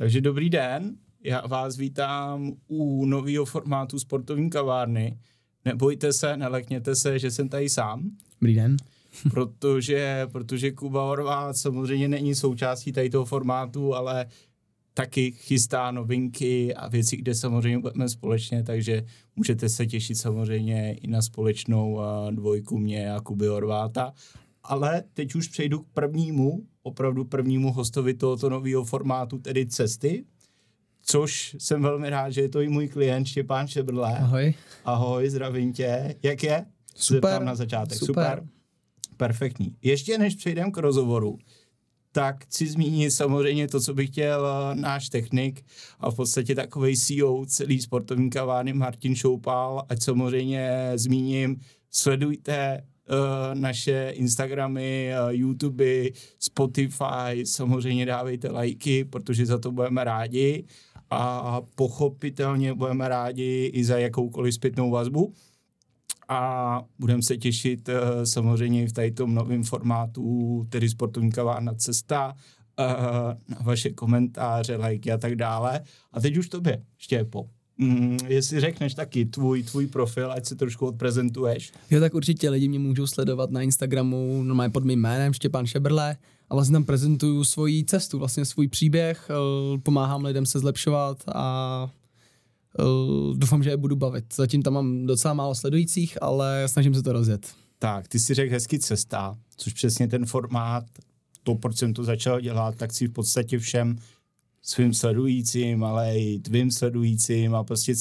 Takže dobrý den, já vás vítám u nového formátu sportovní kavárny. Nebojte se, nelekněte se, že jsem tady sám. Dobrý den. Protože Kuba Horváth samozřejmě není součástí tady toho formátu, ale taky chystá novinky a věci, kde samozřejmě budeme společně, takže můžete se těšit samozřejmě i na společnou dvojku mě a Kuby Horvátha. Ale teď už přejdu k opravdu prvnímu hostovi tohoto nového formátu, tedy Cesty, což jsem velmi rád, že je to i můj klient Štěpán Šebrle. Ahoj. Ahoj, zdravím tě. Jak je? Super. Na začátek. Super. Perfektní. Ještě než přejdeme k rozhovoru, tak chci zmínit samozřejmě to, co by chtěl náš technik a v podstatě takovej CEO celý sportovní kavárny Martin Šoupal, ať samozřejmě zmíním, sledujte naše Instagramy, YouTube, Spotify, samozřejmě dávejte lajky, protože za to budeme rádi a pochopitelně budeme rádi i za jakoukoliv zpětnou vazbu a budeme se těšit samozřejmě v tady tom novém formátu, tedy sportovní kavárna Cesta, na vaše komentáře, lajky a tak dále. A teď už tobě, Štěpo. Jestli řekneš taky tvůj profil, ať se trošku odprezentuješ. Jo, tak určitě lidi mě můžou sledovat na Instagramu, normálně pod mým jménem Štěpán Šebrle a vlastně tam prezentuju svoji cestu, vlastně svůj příběh, pomáhám lidem se zlepšovat a doufám, že je budu bavit. Zatím tam mám docela málo sledujících, ale snažím se to rozjet. Tak, ty si řekl hezky Cesta, což přesně ten formát, to, proč jsem to začal dělat, tak si v podstatě všem svým sledujícím, ale i tvým sledujícím a prostě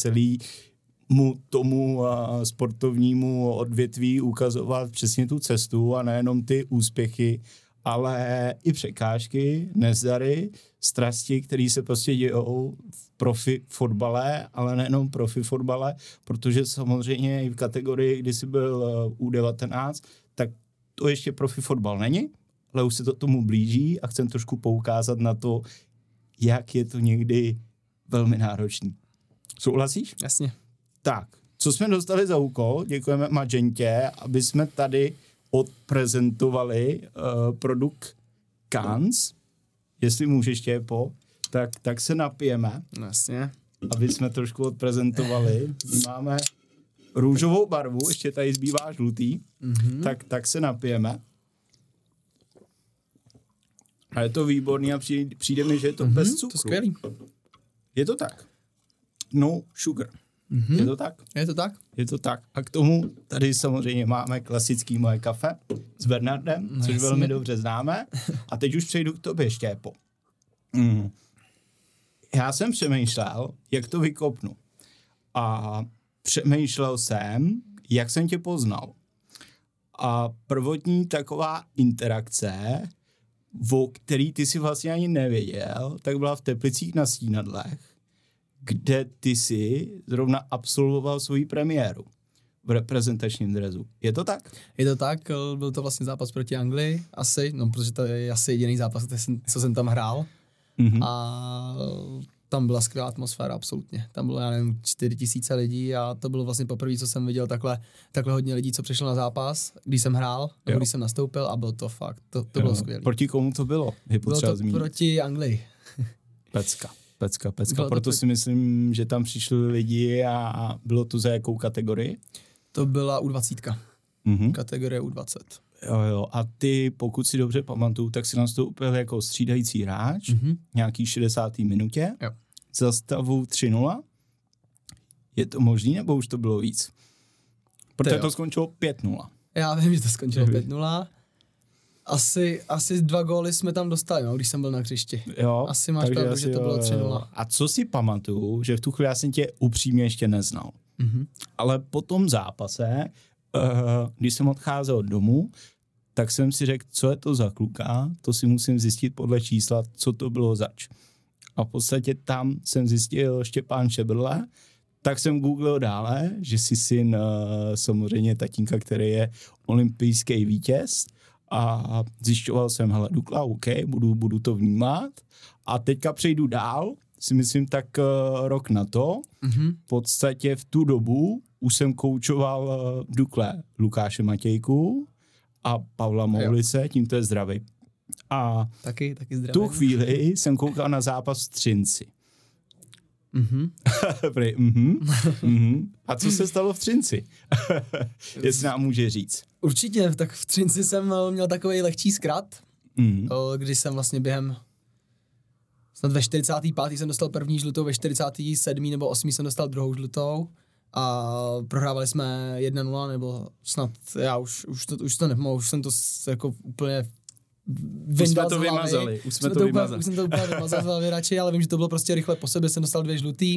tomu sportovnímu odvětví ukazovat přesně tu cestu a nejenom ty úspěchy, ale i překážky, nezdary, strasti, které se prostě dějou v profi fotbale, ale nejenom profi fotbale, protože samozřejmě i v kategorii, kdy jsi byl U19, tak to ještě profi fotbal není, ale už se to tomu blíží a chcem trošku poukázat na to, jak je to někdy velmi náročný. Souhlasíš? Jasně. Tak, co jsme dostali za úkol, děkujeme Magentě, aby jsme tady odprezentovali produkt Cannes. Jestli můžeš, Štěpo, tak se napijeme. Jasně. Aby jsme trošku odprezentovali. Máme růžovou barvu, ještě tady zbývá žlutý, tak se napijeme. A je to výborný a přijde mi, že je to bez cukru. To skvělý. Je to tak. No sugar. Je to tak? Je to tak? Je to tak. A k tomu tady samozřejmě máme klasický moje kafe s Bernardem, což velmi dobře známe. A teď už přejdu k tobě, Štěpo. Já jsem přemýšlel, jak to vykopnu. A přemýšlel jsem, jak jsem tě poznal. A prvotní taková interakce, o který ty si vlastně ani nevěděl, tak byla v Teplicích na Stínadlech, kde ty si zrovna absolvoval svoji premiéru v reprezentačním dresu. Je to tak? Je to tak, byl to vlastně zápas proti Anglii, protože to je asi jediný zápas, co jsem tam hrál. A tam byla skvělá atmosféra, absolutně. Tam bylo, 4 000 lidí a to bylo vlastně poprvé, co jsem viděl takhle hodně lidí, co přišlo na zápas, když jsem hrál, nebo když jsem nastoupil a bylo to fakt, to bylo skvělé. Proti komu to bylo? Bylo to zmínit. Proti Anglii. Pecka. Proto si myslím, že tam přišli lidi a bylo to za jakou kategorii? To byla U20. Kategorie U20. Jo. A ty, pokud si dobře pamatuju, tak si nastoupil jako střídající hráč, nějaký 60. minutě, za stavu 3-0. Je to možný, nebo už to bylo víc? Protože to skončilo 5-0. Já vím, že to skončilo 5-0. Asi 2 góly jsme tam dostali, když jsem byl na hřišti. Jo, asi máš pravdu, že to bylo 3-0. A co si pamatuju, že v tu chvíli já jsem tě upřímně ještě neznal. Ale po tom zápase, když jsem odcházel domů, tak jsem si řekl, co je to za kluka, to si musím zjistit podle čísla, co to bylo zač. A v podstatě tam jsem zjistil Štěpán Šebrle, tak jsem googlil dále, že jsi syn samozřejmě tatínka, který je olympijský vítěz a zjišťoval jsem, hele, Dukla, OK, budu to vnímat a teďka přejdu dál, si myslím tak rok na to, v podstatě v tu dobu už jsem koučoval v Dukle Lukáše Matějku a Pavla Moulice, tímto je zdravý. A taky zdravím. tu chvíli jsem koukal na zápas v Třinci. A co se stalo v Třinci? Jestli nám může říct. Určitě, tak v Třinci jsem měl takový lehčí zkrat, když jsem vlastně během snad ve 45. jsem dostal první žlutou, ve 47. nebo 8. jsem dostal druhou žlutou a prohrávali jsme 1-0, nebo snad, já už to nepamatuji, už jsem to jako úplně vyndal z hlavy. Už jsme to vymazali. Už jsem to úplně vymazal z hlavy radši, ale vím, že to bylo prostě rychle po sobě, jsem dostal 2 žlutý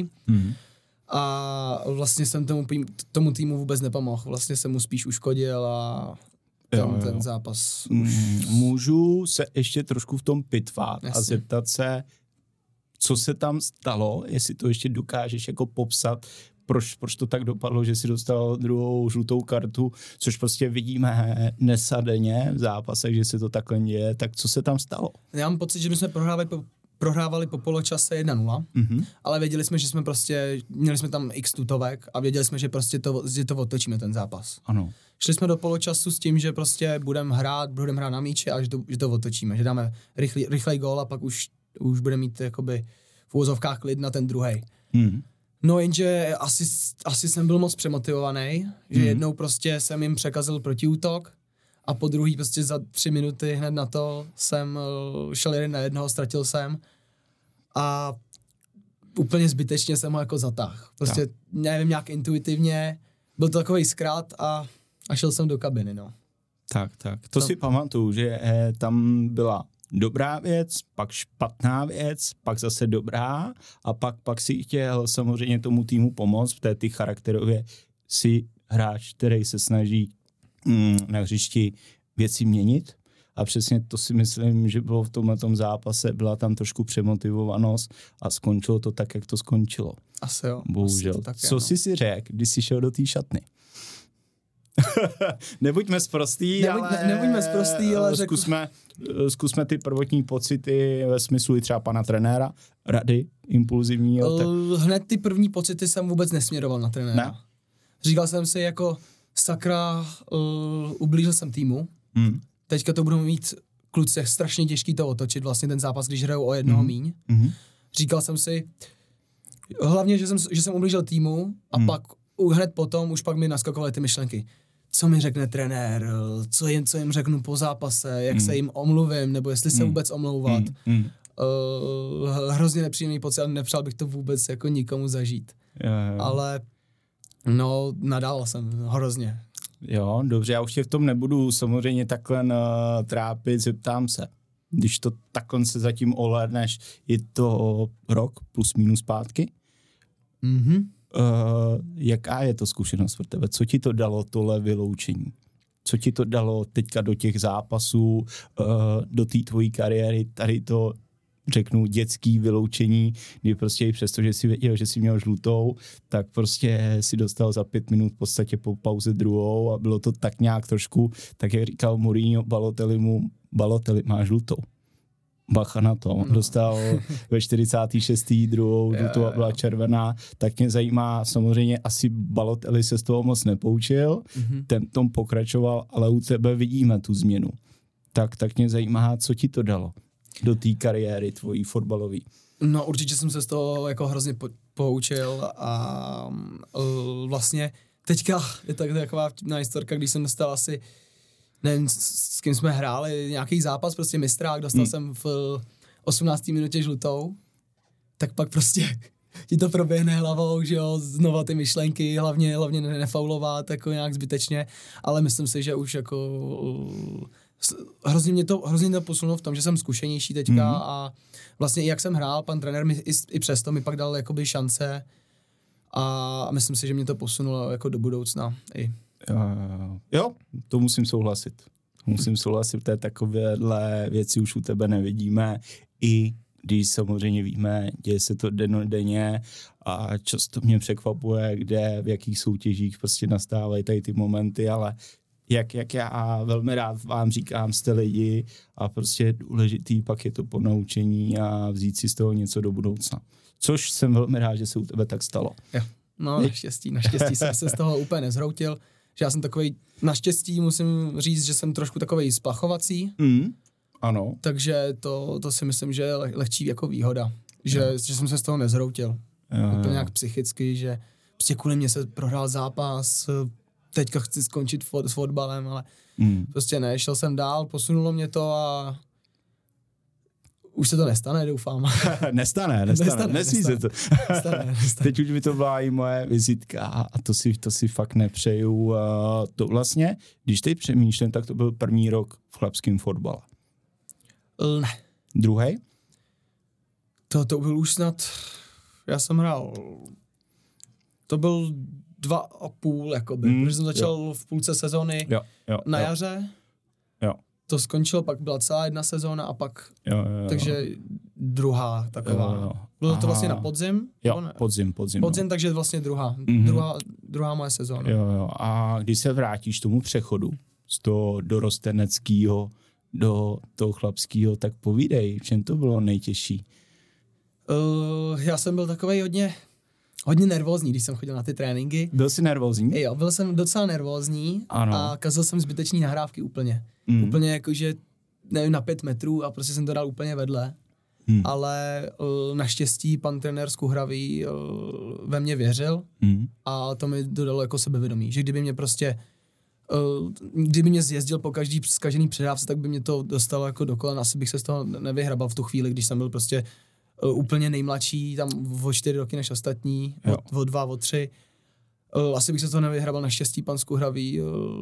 a vlastně jsem tomu týmu vůbec nepomohl, vlastně jsem mu spíš uškodil a ten zápas Můžu se ještě trošku v tom pitvat Jasně. a zeptat se, co se tam stalo, jestli to ještě dokážeš jako popsat, proč to tak dopadlo, že si dostal druhou žlutou kartu, což prostě vidíme dnes a denně v zápasech, že se to takhle děje, tak co se tam stalo? Já mám pocit, že my jsme prohrávali po poločase 1-0, ale věděli jsme, že jsme prostě, měli jsme tam x tutovek a věděli jsme, že prostě že to otočíme ten zápas. Ano. Šli jsme do poločasu s tím, že prostě budeme hrát na míči a že to otočíme, že dáme rychlej gól a pak už budeme mít jakoby v úvozovkách klid na ten druhej. No jenže asi jsem byl moc přemotivovaný, že jednou prostě jsem jim překazil protiútok a po druhý prostě za 3 minuty hned na to jsem šel 1-1, ztratil jsem a úplně zbytečně jsem ho jako zatáhl. Prostě nevím, nějak intuitivně, byl to takovej zkrát a šel jsem do kabiny, no. Tak. To si pamatuju, že tam byla dobrá věc, pak špatná věc, pak zase dobrá a pak si chtěl samozřejmě tomu týmu pomoct, protože ty charakterově si hráč, který se snaží na hřišti věci měnit a přesně to si myslím, že bylo v tomhletom zápase, byla tam trošku přemotivovanost a skončilo to tak, jak to skončilo. Asi jo. Bohužel. Asi to tak je, Co jsi si řekl, když jsi šel do té šatny? Nebuďme sprostý, ale zkusme ty prvotní pocity ve smyslu i třeba pana trenéra, rady, impulzivní. Hned ty první pocity jsem vůbec nesměroval na trenéra. Ne? Říkal jsem si jako sakra, ublížil jsem týmu, teďka to budou mít kluci strašně těžký to otočit, vlastně ten zápas, když hrajou o jednoho míň. Říkal jsem si, hlavně, že jsem ublížil týmu a pak hned potom už pak mi naskakovaly ty myšlenky. Co mi řekne trenér, co jim řeknu po zápase, jak se jim omluvím, nebo jestli se vůbec omlouvat. Hrozně nepříjemný pocit, ale nepřál bych to vůbec jako nikomu zažít. Jo. Ale no, nadával jsem hrozně. Jo, dobře, já už tě v tom nebudu samozřejmě takhle trápit, zeptám se. Když to takhle se zatím ohlédneš, je to rok plus minus zpátky? Jaká je to zkušenost pro tebe? Co ti to dalo tohle vyloučení? Co ti to dalo teďka do těch zápasů, do té tvojí kariéry, tady to, řeknu, dětský vyloučení, kdy prostě i přesto, že jsi věděl, že jsi měl žlutou, tak prostě si dostal za 5 minut v podstatě po pauze druhou a bylo to tak nějak trošku, tak jak říkal Mourinho Balotelli má žlutou. Bacha na to. On dostal ve 46. druhou žlutou a byla červená, tak mě zajímá, samozřejmě asi Balotelli se z toho moc nepoučil, ten tom pokračoval, ale u tebe vidíme tu změnu. Tak mě zajímá, co ti to dalo do té kariéry tvojí fotbalový. No určitě jsem se z toho jako hrozně poučil a vlastně teďka je taková vtipná historka, když jsem dostal asi, nevím, s kým jsme hráli, nějaký zápas, prostě mistrák, dostal jsem v 18. minutě žlutou, tak pak prostě ti to proběhne hlavou, že jo, znova ty myšlenky, hlavně nefaulovat, jako nějak zbytečně, ale myslím si, že už jako hrozně to posunulo v tom, že jsem zkušenější teďka a vlastně i jak jsem hrál, pan trenér mi i přesto mi pak dal jakoby šance a myslím si, že mě to posunulo jako do budoucna i. Jo, to musím souhlasit. Protože takovéhle věci už u tebe nevidíme, i když samozřejmě víme, děje se to dennodenně a často mě překvapuje, kde, v jakých soutěžích prostě nastávají tady ty momenty, ale jak já velmi rád vám říkám, jste lidi a prostě důležitý pak je to ponaučení a vzít si z toho něco do budoucna. Což jsem velmi rád, že se u tebe tak stalo. Jo. No naštěstí jsem se z toho úplně nezhroutil, že já jsem takovej, naštěstí musím říct, že jsem trošku takovej splachovací. Ano. Takže to si myslím, že je lehčí jako výhoda. Že jsem se z toho nezhroutil. Úplně nějak psychicky, že prostě kvůli mě se prohrál zápas, teďka chci skončit s fotbalem, ale prostě ne, šel jsem dál, posunulo mě to a už se to nestane, doufám. Nestane. Nesmí se to. Nestane. Teď už by to byla i moje vizitka a to si fakt nepřeju. To vlastně, když teď přemýšlím, tak to byl první rok v chlapském fotbale. Ne. Druhý? To byl už snad, já jsem hrál, to byl 2,5 jakoby, protože jsem začal v půlce sezóny na jaře. Jo. To skončilo, pak byla celá jedna sezóna a pak, takže druhá taková. Jo. Bylo to vlastně na podzim? Jo, podzim. Podzim, takže vlastně druhá moje sezóna. Jo. A když se vrátíš tomu přechodu z toho dorosteneckého do toho chlapského, tak povídej, v čem to bylo nejtěžší? Já jsem byl takovej hodně nervózní, když jsem chodil na ty tréninky. Byl jsi nervózní? Jo, byl jsem docela nervózní a kazil jsem zbytečný nahrávky úplně. Úplně jakože, nevím, na 5 metrů a prostě jsem to dal úplně vedle. Ale naštěstí pan trenér Skuhravý ve mě věřil a to mi dodalo jako sebevědomí, že kdyby mě prostě kdyby mě zjezdil po každý zkažený předávce, tak by mě to dostalo jako do kolen, asi bych se z toho nevyhrabal v tu chvíli, když jsem byl prostě úplně nejmladší, tam o 4 roky než ostatní, o 2, o 3. Asi bych se toho nevyhrabal, naštěstí pan Skuhravý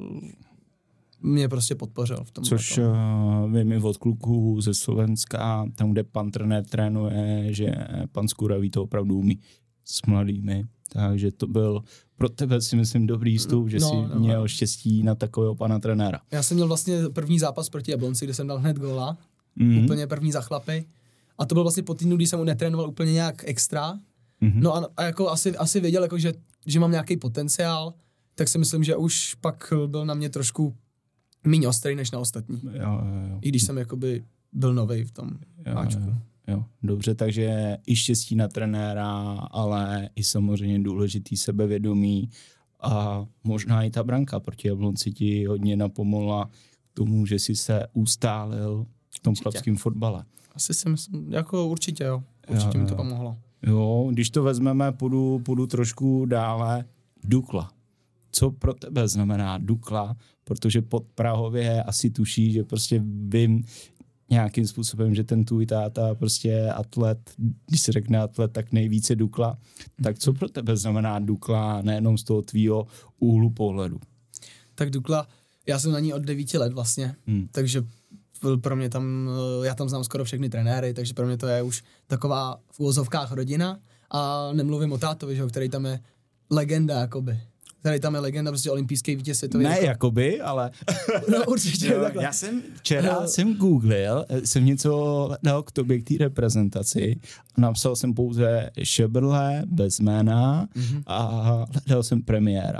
mě prostě podpořil v tom. Což vím od kluků ze Slovenska, tam, kde pan trenér trénuje, že pan Skuhravý to opravdu umí s mladými. Takže to byl pro tebe, si myslím, dobrý vstup, že jsi měl štěstí na takového pana trenéra. Já jsem měl vlastně první zápas proti Jablonci, kde jsem dal hned góla, úplně první za chlapy. A to byl vlastně po týdnu, kdy jsem mu netrénoval úplně nějak extra. No a jako asi věděl, jako, že mám nějaký potenciál, tak si myslím, že už pak byl na mě trošku míň ostrý než na ostatní. Jo. I když jsem jakoby byl novej v tom Ačku. Jo, dobře, takže i štěstí na trenéra, ale i samozřejmě důležitý sebevědomí a možná i ta branka proti Jablonci ti hodně napomohla k tomu, že jsi se ustálil v tom chlapském fotbale. Asi si myslím, jako určitě mi to pomohlo. Jo, když to vezmeme, půjdu trošku dále. Dukla. Co pro tebe znamená Dukla? Protože pod Prahově asi tuší, že prostě vím nějakým způsobem, že ten tvůj táta prostě atlet, když se řekne atlet, tak nejvíce Dukla. Tak co pro tebe znamená Dukla, nejenom z toho tvýho úhlu pohledu? Tak Dukla, já jsem na ní od 9 let vlastně, takže pro mě já tam znám skoro všechny trenéry, takže pro mě to je už taková v uvozovkách rodina a nemluvím o tátovi, že, který tam je legenda, jakoby. Tady tam je legenda, prostě olympijský vítěz světový. Ne, jakoby, ale... No určitě, takhle. Já jsem včera googlil, jsem něco dal k tobě, k té reprezentaci. Napsal jsem pouze Šebrle, bez jména a hledal jsem premiéra.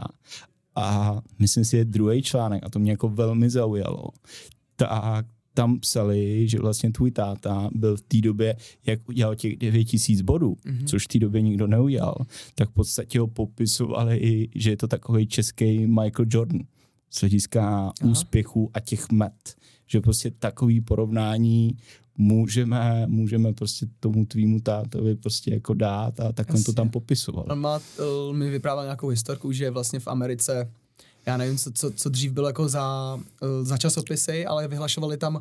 A myslím si, je druhý článek a to mě jako velmi zaujalo. Tak tam psali, že vlastně tvůj táta byl v té době, jak udělal těch 9000 bodů, což v té době nikdo neudělal, tak v podstatě ho popisovali i, že je to takovej český Michael Jordan z hlediska úspěchů a těch met. Že prostě takový porovnání můžeme prostě tomu tvýmu tátovi prostě jako dát a tak on to tam popisoval. On mi vyprávěl nějakou historku, že vlastně v Americe, já nevím, co dřív bylo jako za časopisy, ale vyhlašovali tam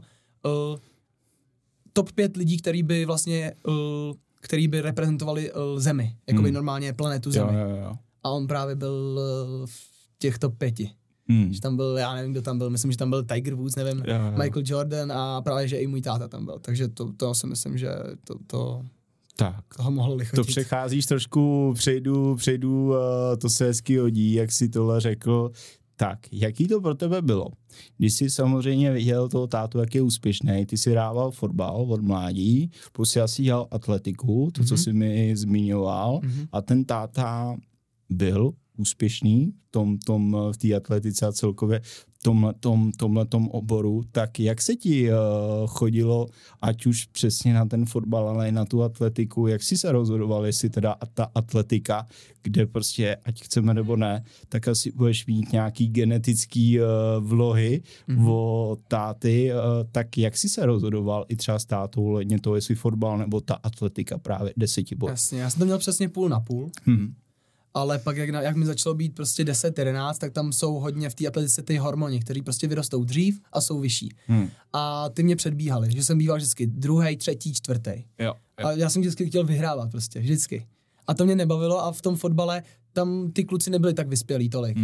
top 5 lidí, který by reprezentovali Zemi, jakoby normálně planetu Zemi. Jo. A on právě byl v těch top 5. Že tam byl, já nevím, kdo tam byl, myslím, že tam byl Tiger Woods, nevím, Michael Jordan a právě, že i můj táta tam byl. Takže to si myslím, že to toho mohlo lichotit. To přecházíš trošku, přejdu, to se hezky hodí, jak si tohle řekl. Tak, jaký to pro tebe bylo? Když jsi samozřejmě viděl toho tátu, jak je úspěšný, ty si hrával fotbal od mládí, plus asi dělal atletiku, to, co jsi mi zmiňoval, a ten táta byl úspěšný v té atletice a celkově tomhletom oboru, tak jak se ti chodilo, ať už přesně na ten fotbal, ale i na tu atletiku, jak jsi se rozhodoval, jestli teda ta atletika, kde prostě, ať chceme nebo ne, tak asi budeš mít nějaký genetický vlohy o táty, tak jak jsi se rozhodoval i třeba s tátou hledně toho, jestli fotbal nebo ta atletika právě 10 bod. Jasně, já jsem to měl přesně půl na půl. Ale pak, jak mi začalo být prostě 10-11, tak tam jsou hodně v té atletice ty hormony, které prostě vyrostou dřív a jsou vyšší. A ty mě předbíhaly, že jsem býval vždycky 2., 3., 4. Jo. A já jsem vždycky chtěl vyhrávat prostě, vždycky. A to mě nebavilo a v tom fotbale tam ty kluci nebyli tak vyspělí tolik.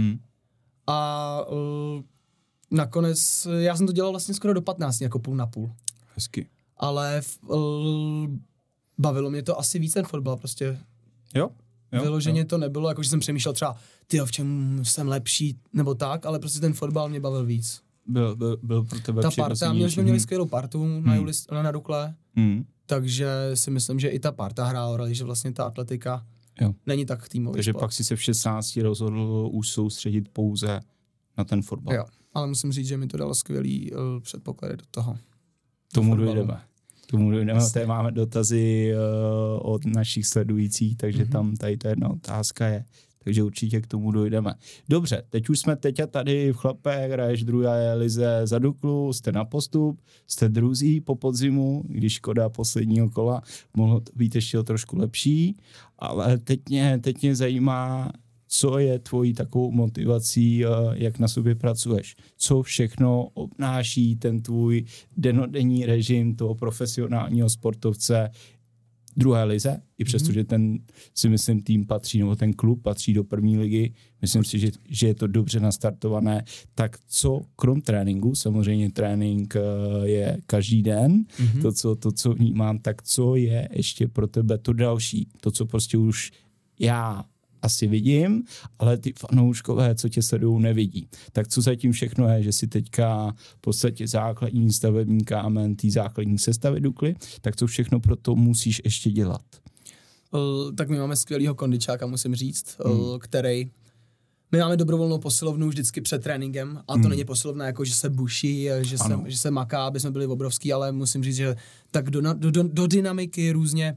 A nakonec, já jsem to dělal vlastně skoro do 15, jako půl na půl. Hezky. Ale bavilo mě to asi víc ten fotbal prostě. Jo. Vyloženě to nebylo, jako že jsem přemýšlel třeba, v čem jsem lepší, nebo tak, ale prostě ten fotbal mě bavil víc. Byl pro tebe ta parta, my jsme měli skvělou partu na Dukle, takže si myslím, že i ta parta hrála roli, že vlastně ta atletika není tak týmový Takže sport. pak si se v 16 rozhodl už soustředit pouze na ten fotbal. Jo, ale musím říct, že mi to dalo skvělý předpoklady do toho. Tomu dojdeme. Tady máme dotazy od našich sledujících, takže tam tady ta jedna otázka je. Takže určitě k tomu dojdeme. Dobře, teď už jsme tady v Chlapech, hraješ druhé lize za Duklu, jste na postup, jste druzí po podzimu, když škoda posledního kola, mohlo to být ještě trošku lepší, ale teď mě zajímá, co je tvojí takovou motivací, jak na sobě pracuješ. Co všechno obnáší ten tvůj denodenní režim toho profesionálního sportovce druhé lize, i přesto, že ten, si myslím, tým patří, nebo ten klub patří do první ligy, myslím si, že je to dobře nastartované, tak co krom tréninku, samozřejmě trénink je každý den, to, co vnímám, tak co je ještě pro tebe to další, to, co prostě už já asi vidím, ale ty fanouškové, co tě sledují, nevidí. Tak co zatím všechno je, že si teďka v podstatě základní stavební kámen té základní sestavy Dukly, tak co všechno pro to musíš ještě dělat? Tak my máme skvělýho kondičáka, musím říct, který... My máme dobrovolnou posilovnu vždycky před tréninkem a to není posilovna jako, že se buší, že se maká, aby jsme byli obrovský, ale musím říct, že tak do dynamiky různě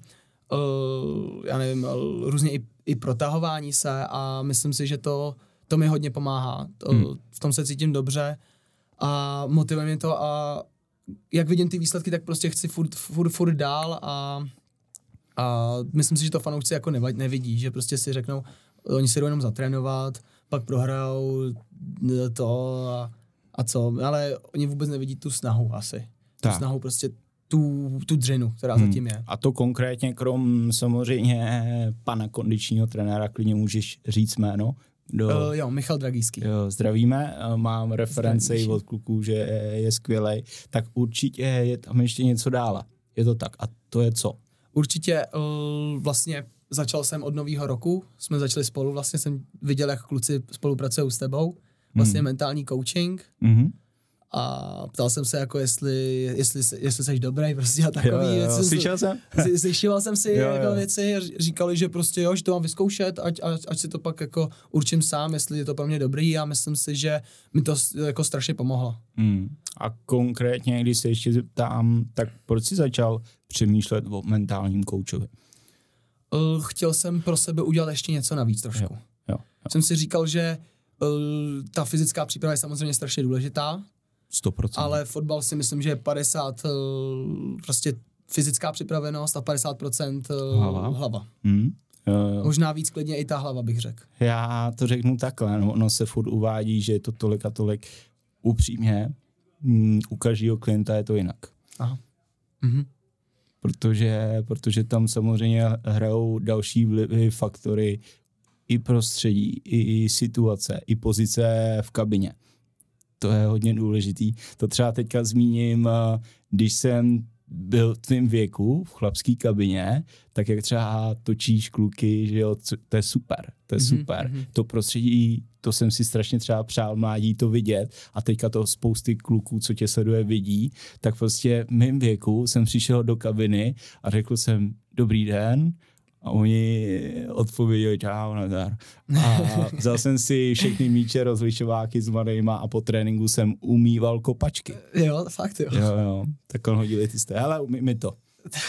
já nevím, různě i protahování se a myslím si, že to mi hodně pomáhá. V tom se cítím dobře a motivuje mě to a jak vidím ty výsledky, tak prostě chci furt dál a myslím si, že to fanoušci jako nevidí, že prostě si řeknou, oni si jdou jenom zatrénovat, pak prohrajou to a co, ale oni vůbec nevidí tu snahu asi. Tu snahu prostě tu dřinu, která zatím je. A to konkrétně krom samozřejmě pana kondičního trenéra, klidně můžeš říct jméno. Jo, Michal Dragýský. Jo, zdravíme, mám reference i od kluků, že je skvělej, tak určitě je tam ještě něco dále. Je to tak. A to je co? Určitě vlastně začal jsem od nového roku, jsme začali spolu, vlastně jsem viděl, jak kluci spolupracují s tebou, vlastně mentální coaching. A ptal jsem se, jako jestli jsi dobrý, prostě a takový věci. Slyšel jsem si jako věci a říkali, že prostě že to mám vyzkoušet, ať si to pak jako určím sám, jestli je to pro mě dobrý a myslím si, že mi to jako strašně pomohlo. A konkrétně, když se ještě zeptám, tak proč jsi začal přemýšlet o mentálním koučovi? Chtěl jsem pro sebe udělat ještě něco navíc trošku. Jo. Jsem si říkal, že ta fyzická příprava je samozřejmě strašně důležitá, 100%. Ale fotbal si myslím, že je 50 prostě fyzická připravenost a 50% hlava. Možná víc klidně i ta hlava, bych řekl. Já to řeknu takhle, ono se furt uvádí, že je to tolik a tolik. Upřímně, u každého klienta je to jinak. Aha. Protože tam samozřejmě hrajou další vlivy, faktory, i prostředí, i situace, i pozice v kabině. To je hodně důležitý. To třeba teďka zmíním, když jsem byl v tvým věku v chlapské kabině, tak jak třeba točíš kluky, že jo, to je super. To prostředí, to jsem si strašně třeba přál mládí to vidět a teďka to spousty kluků, co tě sleduje, vidí, tak prostě v mým věku jsem přišel do kabiny a řekl jsem dobrý den A oni odpověděli čau, nazdar. A vzal jsem si všechny míče, rozlišováky s mladejma a po tréninku jsem umýval kopačky. Jo, fakt jo. Jo. Tak on hodili ty jste, hele, umí mi to.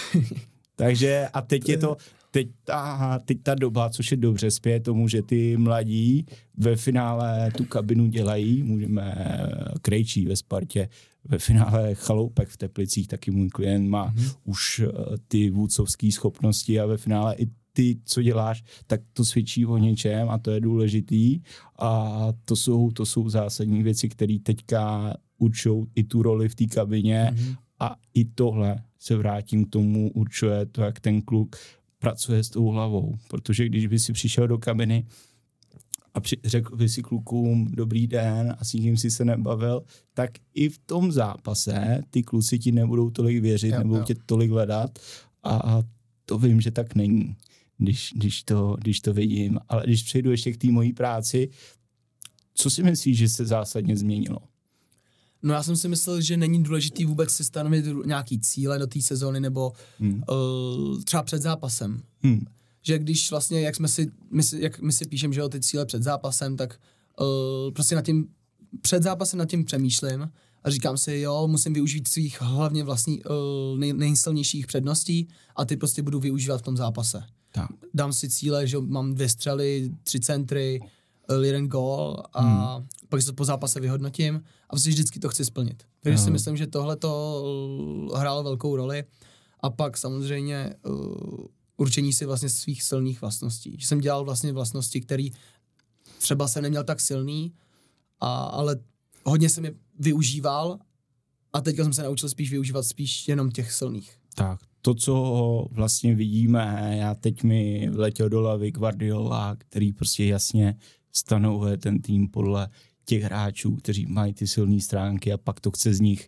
Takže a teď je to, teď ta doba, což je dobře, spěje tomu, že ty mladí ve finále tu kabinu dělají, můžeme Krejčí ve Spartě, ve finále Chaloupek v Teplicích, taky můj klient má už ty vůdcovské schopnosti a ve finále i ty, co děláš, tak to svědčí o něčem a to je důležitý a to jsou zásadní věci, které teďka určují i tu roli v té kabině a i tohle se vrátím k tomu, určuje to, jak ten kluk pracuje s tou hlavou, protože když by si přišel do kabiny a řekl by si klukům dobrý den a s nikým si se nebavil, tak i v tom zápase ty kluci ti nebudou tolik věřit, nebudou tě tolik hledat a to vím, že tak není, když to vidím. Ale když přejdu ještě k té mojí práci, co si myslíš, že se zásadně změnilo? No já jsem si myslel, že není důležitý vůbec si stanovit nějaký cíle do té sezóny nebo třeba před zápasem. Že když vlastně, jak my si píšeme, že ty cíle před zápasem, tak prostě před zápasem nad tím přemýšlím a říkám si, jo, musím využít svých hlavně vlastní nejsilnějších předností a ty prostě budu využívat v tom zápase. Tak. Dám si cíle, že mám 2 střely, 3 centry, 1 gól a pak se po zápase vyhodnotím a prostě vždycky to chci splnit. Takže si myslím, že tohle to hrálo velkou roli a pak samozřejmě určení si vlastně svých silných vlastností. Že jsem dělal vlastně vlastnosti, které třeba jsem neměl tak silný, ale hodně jsem je využíval a teďka jsem se naučil spíš využívat jenom těch silných. Tak, to, co vlastně vidíme, teď mi vletěl do hlavy Guardiola, který prostě jasně stanovuje ten tým podle těch hráčů, kteří mají ty silné stránky a pak to chce z nich,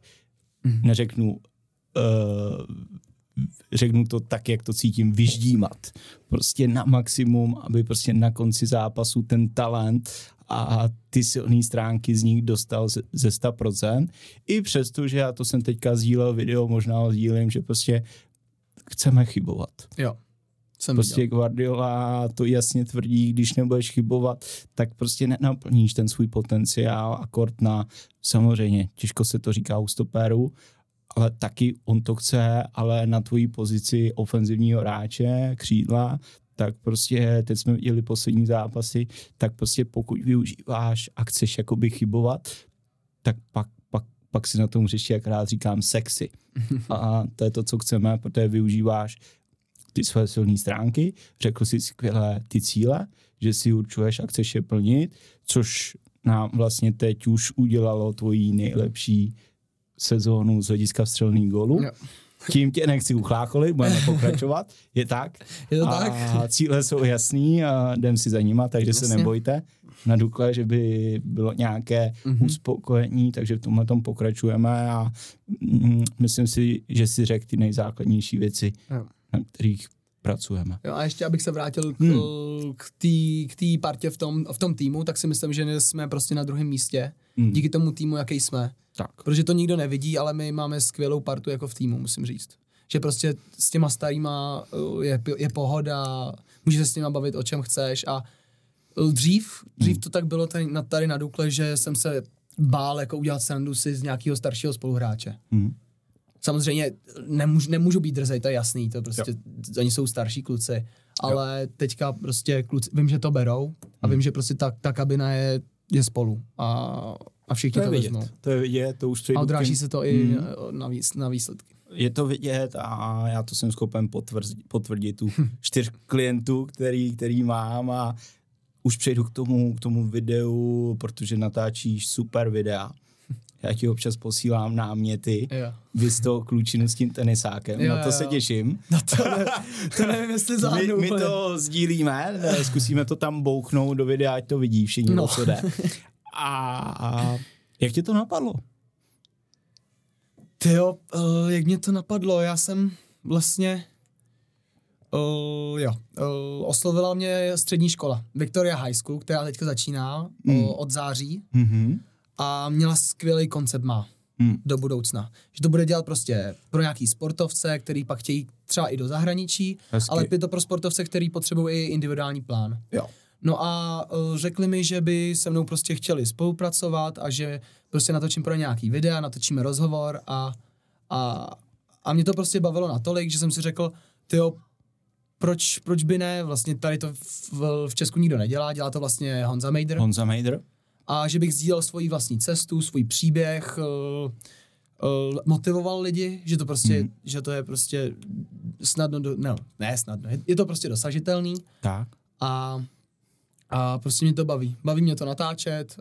řeknu to tak, jak to cítím, vyždímat. Prostě na maximum, aby prostě na konci zápasu ten talent a ty silné stránky z nich dostal ze 100%. I přesto, že já to jsem teďka sdílel video, možná ho sdílím, že prostě chceme chybovat. Jo. Prostě Guardiola to jasně tvrdí, když nebudeš chybovat, tak prostě nenaplníš ten svůj potenciál a kort na, samozřejmě, těžko se to říká u stopérů, ale taky on to chce, ale na tvojí pozici ofenzivního hráče, křídla, tak prostě, teď jsme viděli poslední zápasy, tak prostě pokud využíváš a chceš jakoby chybovat, tak pak si na tom hřišti, jak rád říkám, sexy. A to je to, co chceme, protože využíváš ty své silné stránky, řekl si skvěle ty cíle, že si určuješ a chceš je plnit, což nám vlastně teď už udělalo tvojí nejlepší sezónu z hlediska vstřelných gólů. No. Tím tě nechci uchlácholit, budeme pokračovat. Je tak? Je to tak. tak. Cíle jsou jasný a jdem si za nima, takže se nebojte. Na Dukle, že by bylo nějaké uspokojení, takže v tomhle tom pokračujeme a myslím si, že si řekl ty nejzákladnější věci, na kterých pracujeme. Jo, a ještě abych se vrátil k té partě v tom týmu, tak si myslím, že jsme prostě na druhém místě. Díky tomu týmu, jaký jsme. Tak. Protože to nikdo nevidí, ale my máme skvělou partu jako v týmu, musím říct. Že prostě s těma starýma je pohoda, můžeš se s nima bavit o čem chceš a dřív to tak bylo tady na Dukle, že jsem se bál jako udělat srandu si z nějakého staršího spoluhráče. Samozřejmě nemůžu být drzej, to je jasný, to prostě, oni jsou starší kluci, ale teďka prostě kluci, vím, že to berou a vím, že prostě ta kabina je spolu a všichni to vezmou. To je vidět, to už přejdu. A odráží se to i na výsledky. Je to vidět a já to jsem schopen potvrdit tu 4 klientů, který mám a už přejdu k tomu videu, protože natáčíš super videa. Já ti občas posílám náměty, vy z toho klučinu s tím tenisákem, na to se těším. No to nevím, jestli zvládnu. My to sdílíme, zkusíme to tam bouchnout do videa, ať to vidí všichni, o co jde. A jak tě to napadlo? Tyjo, jak mě to napadlo, já jsem vlastně, oslovila mě střední škola, Victoria High School, která teďka začíná od září a měla skvělý koncept do budoucna. Že to bude dělat prostě pro nějaký sportovce, který pak chtějí třeba i do zahraničí, ale je to pro sportovce, který potřebují i individuální plán. Jo. No a řekli mi, že by se mnou prostě chtěli spolupracovat a že prostě natočím pro nějaký videa, natočíme rozhovor a mě to prostě bavilo natolik, že jsem si řekl, tyjo, proč by ne, vlastně tady to v Česku nikdo nedělá, dělá to vlastně Honza Mejdr. A že bych sdílel svoji vlastní cestu, svůj příběh, motivoval lidi, že to prostě, že to je prostě snadno, snadno, je to prostě dosažitelný. Tak. A prostě mě to baví. Baví mě to natáčet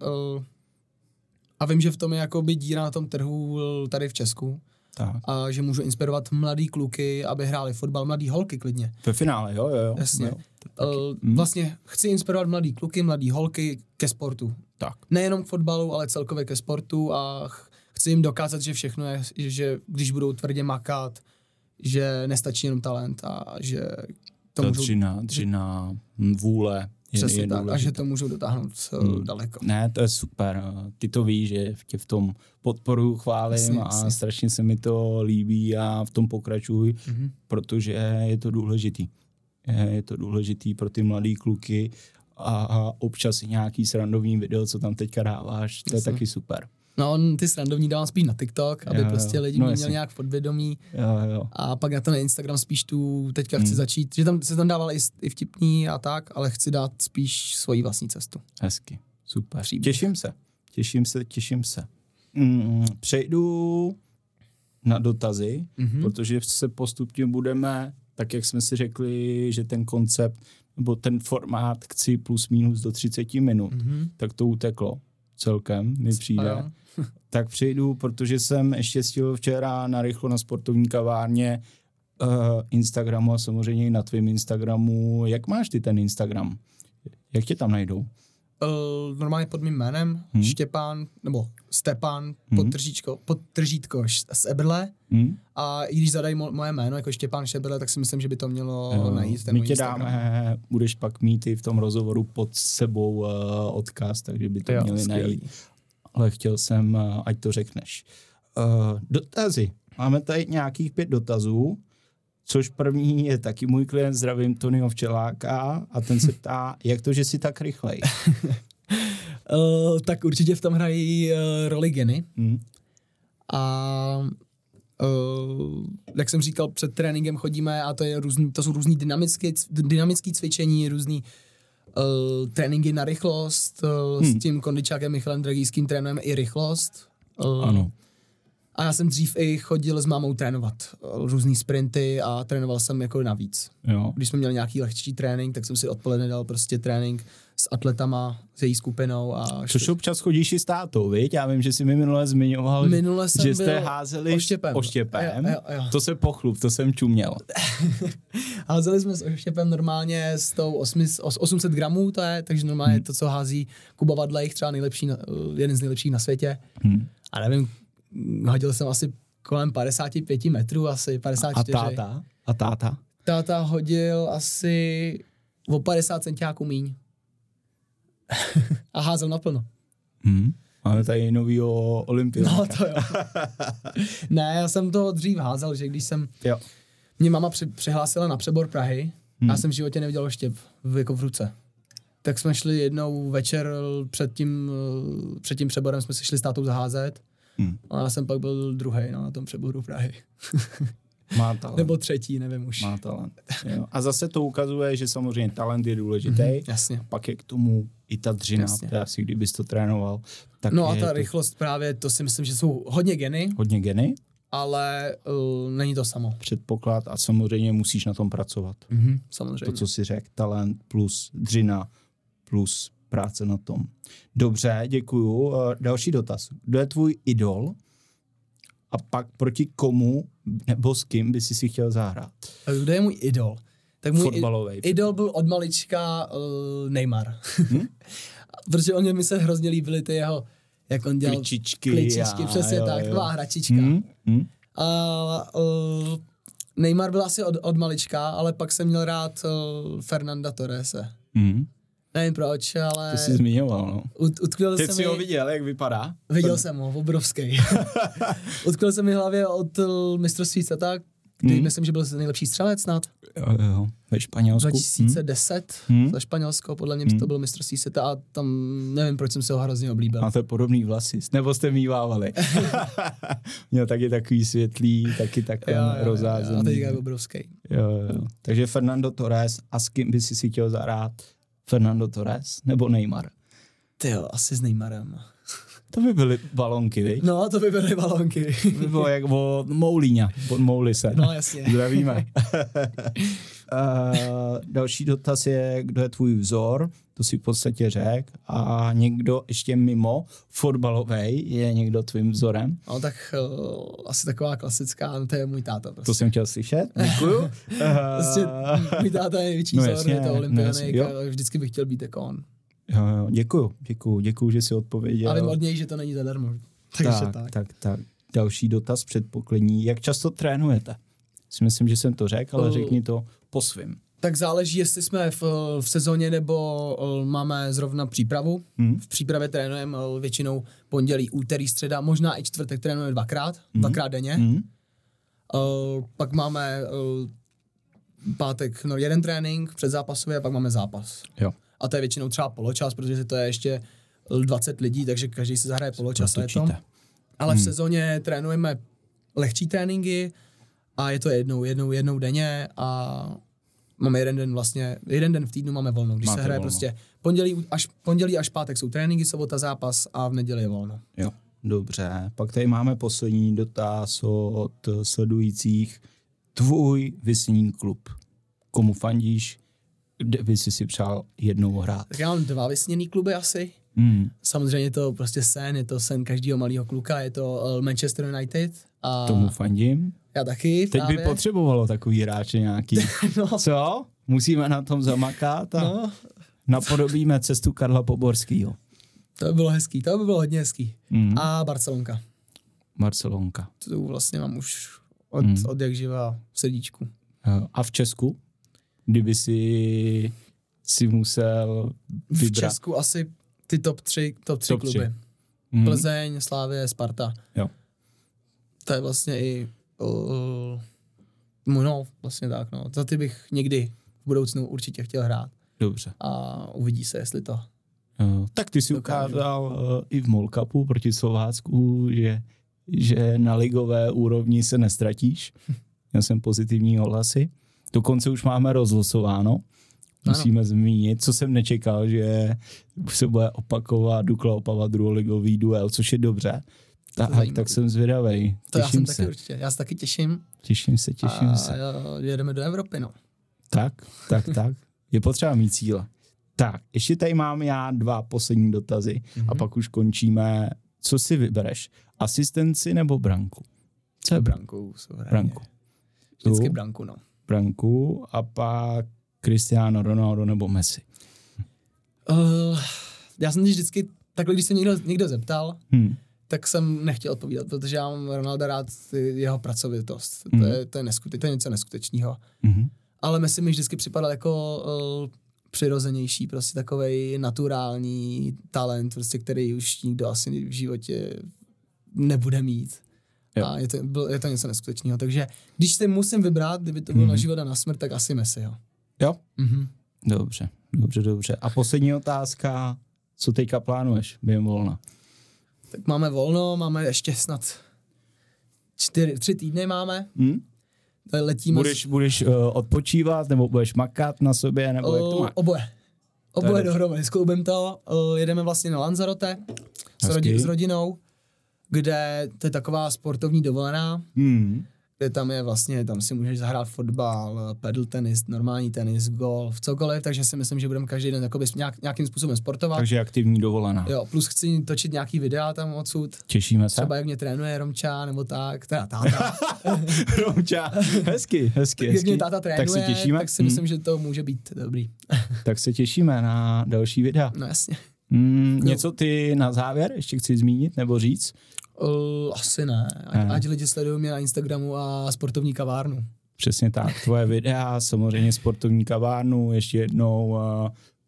a vím, že v tom je jakoby díra na tom trhu tady v Česku. Tak. A že můžu inspirovat mladý kluky, aby hráli fotbal, mladý holky klidně. Ve finále, jo. Jasně. Vlastně chci inspirovat mladý kluky, mladý holky ke sportu. Tak. Nejenom k fotbalu, ale celkově ke sportu a chci jim dokázat, že všechno je, že když budou tvrdě makat, že nestačí jenom talent a že to ta můžou... dřina, vůle. Přesně tak, a že to můžou dotáhnout daleko. Ne, to je super. Ty to víš, že tě v tom podporu chválím a strašně se mi to líbí a v tom pokračuj, protože je to důležitý. Je to důležitý pro ty mladý kluky a občas i nějaký srandovní video, co tam teďka dáváš, to je taky super. No, ty srandovní dávám spíš na TikTok, aby prostě lidi měli nějak podvědomí. Jo. A pak na to na Instagram spíš teďka chci začít, že tam se tam dával i vtipný a tak, ale chci dát spíš svoji vlastní cestu. Hezky, super. Příběh. Těším se. Přejdu na dotazy, protože se postupně budeme, tak jak jsme si řekli, že ten koncept nebo ten formát chci plus minus do 30 minut, tak to uteklo celkem, mi přijde. Tak přejdu, protože jsem ještě stihl včera narychlo na sportovní kavárně Instagramu a samozřejmě i na tvém Instagramu. Jak máš ty ten Instagram? Jak tě tam najdou? Normálně pod mým jménem, Štěpán, nebo Stepan, podtržítko z Eberle. A i když zadají moje jméno jako Štěpán Šeberle, tak si myslím, že by to mělo najít ten my můj tě Instagram. dáme, budeš pak mít i v tom rozhovoru pod sebou odkaz, takže by to měli najít. Ale chtěl jsem, ať to řekneš. Dotazy. Máme tady nějakých 5 dotazů, což první je taky můj klient, zdravím Tonyho Včeláka a ten se ptá, jak to, že jsi tak rychlej? Tak určitě v tom hrají roli geny. A jak jsem říkal, před tréninkem chodíme a to jsou různý dynamické cvičení, různý tréninky na rychlost. S tím kondičákem Michalem Dragýským trénujeme i rychlost. Ano. A já jsem dřív i chodil s mámou trénovat různý sprinty a trénoval jsem jako navíc. Jo. Když jsme měli nějaký lehčí trénink, tak jsem si odpoledne dal prostě trénink s atletama, s její skupinou. Což občas chodíš i s tátou, viď? Já vím, že jsi mi minule zmiňoval, že jste házeli oštěpem. Jo. To se pochlup, to jsem čuměl. Házeli jsme s oštěpem normálně s tou 800 gramů, to je, takže normálně to, co hází Kuba Vadlejch, třeba jeden z nejlepších na světě. A nevím, hodil jsem asi kolem 55 metrů, asi 54. A táta? Táta hodil asi o 50 centiáků míň. A házel naplno. Máme tady novýho olympionika. No to jo. Ne, já jsem to dřív házel, že když jsem... Jo. Mě mama přihlásila na přebor Prahy, já jsem v životě neviděl oštěp jako v ruce. Tak jsme šli jednou večer před tím přeborem, jsme se šli s tátou zaházet. A já jsem pak byl druhej na tom přeboru Prahy. Má talent. Nebo třetí, nevím už. Má talent. Jo. A zase to ukazuje, že samozřejmě talent je důležitý. Jasně. Pak je k tomu i ta dřina, asi kdybys to trénoval. Tak no a ta rychlost právě, to si myslím, že jsou hodně geny. Hodně geny. Ale není to samo. Předpoklad a samozřejmě musíš na tom pracovat. Samozřejmě. To, co si řekl, talent plus dřina plus práce na tom. Dobře, děkuju. Další dotaz. Kdo je tvůj idol a pak proti komu nebo s kým by si chtěl zahrát? Kdo je můj idol? Tak můj fotbalovej. Idol byl od malička Neymar. Protože mi se hrozně líbily ty jeho, jak on dělal kličičky, přesně tak, taková hračička. A Neymar byl asi od malička, ale pak jsem měl rád Fernanda Torrese. Nevím proč, ale... To jsi zmiňoval, no. Utkvěl Teď se jsi mi... ho viděl, jak vypadá? Viděl jsem ho, obrovský. Utkvěl se mi hlavě od mistrovství světa, kdy myslím, že byl nejlepší střelec snad. Jo, ve Španělsku. 2010 za Španělsko, podle mě to byl mistrovství světa a tam nevím, proč jsem se ho hrozně oblíbil. Máte podobný vlasy, nebo jste mívávali. Měl taky takový světlý, taky takový rozázený. A teď je obrovský. Jo. Takže Fernando Torres, a s kým by si chtěl zahrát? Fernando Torres nebo Neymar? Tyjo, asi s Neymarem. To by byly balonky, viď? No, to by byly balonky. To by bylo jak od Moulíňa, od Moulise. No, jasně. Zdravíme. Další dotaz je, kdo je tvůj vzor, to si v podstatě řekl, a někdo ještě mimo fotbalovej je někdo tvým vzorem? No tak asi taková klasická, no to je můj táta. Prostě. To jsem chtěl slyšet, děkuju. Prostě můj táta je největší vzor, je to olympionik a vždycky bych chtěl být jako on. Jo, děkuju, že jsi odpověděl. Ale vím od něj, že to není zadarmo. Takže tak. Další dotaz předpoklení. Jak často trénujete? Myslím, že jsem to řekl, ale řekni to po svým. Tak záleží, jestli jsme v sezóně nebo máme zrovna přípravu. V přípravě trénujeme většinou pondělí, úterý, středa, možná i čtvrtek trénujeme dvakrát denně. Pak máme pátek jeden trénink předzápasový a pak máme zápas. Jo. A to je většinou třeba poločas, protože to je ještě 20 lidí, takže každý si zahraje poločas. Ale v sezóně trénujeme lehčí tréninky a je to jednou denně a máme jeden den v týdnu máme volno, když se hraje prostě pondělí až pátek jsou tréninky, sobota zápas a v neděli je volno. Jo, dobře. Pak tady máme poslední dotaz od sledujících. Tvůj vysněný klub. Komu fandíš? Kde by si přál jednou hrát? Tak já mám 2 vysněný kluby asi. Samozřejmě to prostě je to sen každého malého kluka, je to Manchester United. A tomu fandím. Já taky. Teď by potřebovalo takový hráče nějaký. No. Co? Musíme na tom zamakat a napodobíme cestu Karla Poborskýho. To by bylo hezký, to by bylo hodně hezký. A Barcelonka. To vlastně mám už od jak živá v srdíčku. A v Česku? Kdyby si musel vybrat. V Česku asi ty top 3 kluby. Plzeň, Slavie, Sparta. Jo. To je vlastně i vlastně tak, no. Za ty bych někdy v budoucnu určitě chtěl hrát. Dobře. A uvidí se, jestli to tak ty si ukázal i v MOL Cupu proti Slovácku, že na ligové úrovni se nestratíš. Já jsem pozitivní ohlasy. Dokonce už máme rozlosováno. Musíme zmínit, co jsem nečekal, že se bude opakovat Dukla Opava druholigový duel, což je dobře. Tak jsem zvědavej. To já jsem taky určitě. Já se taky těším. Těším se. Jedeme do Evropy, no. Tak. Je potřeba mít cíle. Tak, ještě tady mám já 2 poslední dotazy a pak už končíme. Co si vybereš? Asistenci nebo branku? Co je branku? Vždycky branku, no. Branku a pak Cristiano Ronaldo nebo Messi? Já jsem vždycky, takhle když se někdo zeptal, tak jsem nechtěl odpovídat, protože já mám Ronalda rád jeho pracovitost. To je něco neskutečného. Ale Messi mi vždycky připadal jako přirozenější, prostě takovej naturální talent, prostě, který už nikdo asi v životě nebude mít. Jo. A je to něco neskutečného. Takže když se musím vybrat, kdyby to bylo na život a na smrt, tak asi Messi, jo. Jo? Dobře. A poslední otázka, co teďka plánuješ během volna? Tak máme volno, máme ještě snad 3 týdny máme. Letíme. Budeš odpočívat, nebo budeš makat na sobě, nebo jak to máš? Oboje dohromady. Skloubím to, jedeme vlastně na Lanzarote s rodinou, kde to je taková sportovní dovolená, kde tam je vlastně, tam si můžeš zahrát fotbal, paddle tenis, normální tenis, golf, cokoliv, takže si myslím, že budeme každý den nějakým způsobem sportovat. Takže aktivní dovolená. Jo, plus chci točit nějaký videa tam odsud. Těšíme se. Třeba jak mě trénuje Romča, nebo tak, teda táta. Romča, hezky. Jak mě táta trénuje, tak se těšíme. Tak si myslím, že to může být dobrý. Tak se těšíme na další videa. No jasně. Něco ty na závěr ještě chci zmínit nebo říct? Asi ne. Ať lidi sledují mě na Instagramu a sportovní kavárnu. Přesně tak. Tvoje videa, samozřejmě sportovní kavárnu, ještě jednou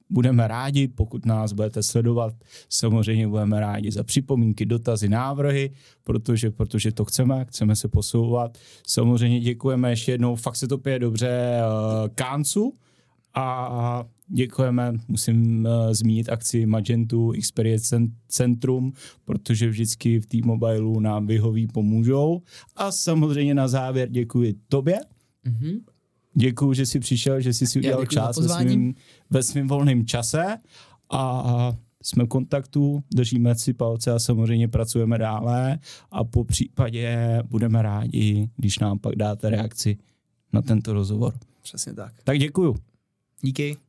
budeme rádi, pokud nás budete sledovat. Samozřejmě budeme rádi za připomínky, dotazy, návrhy, protože to chceme se posouvat. Samozřejmě děkujeme ještě jednou, fakt se to pije dobře Káncu a děkujeme, musím zmínit akci Magentu Experience Centrum, protože vždycky v T-Mobileu nám vyhoví, pomůžou. A samozřejmě na závěr děkuji tobě. Mm-hmm. Děkuji, že jsi přišel, že jsi si udělal čas ve svým volném čase a jsme v kontaktu, držíme si palce a samozřejmě pracujeme dále a po případě budeme rádi, když nám pak dáte reakci na tento rozhovor. Přesně tak. Tak děkuju. Díky.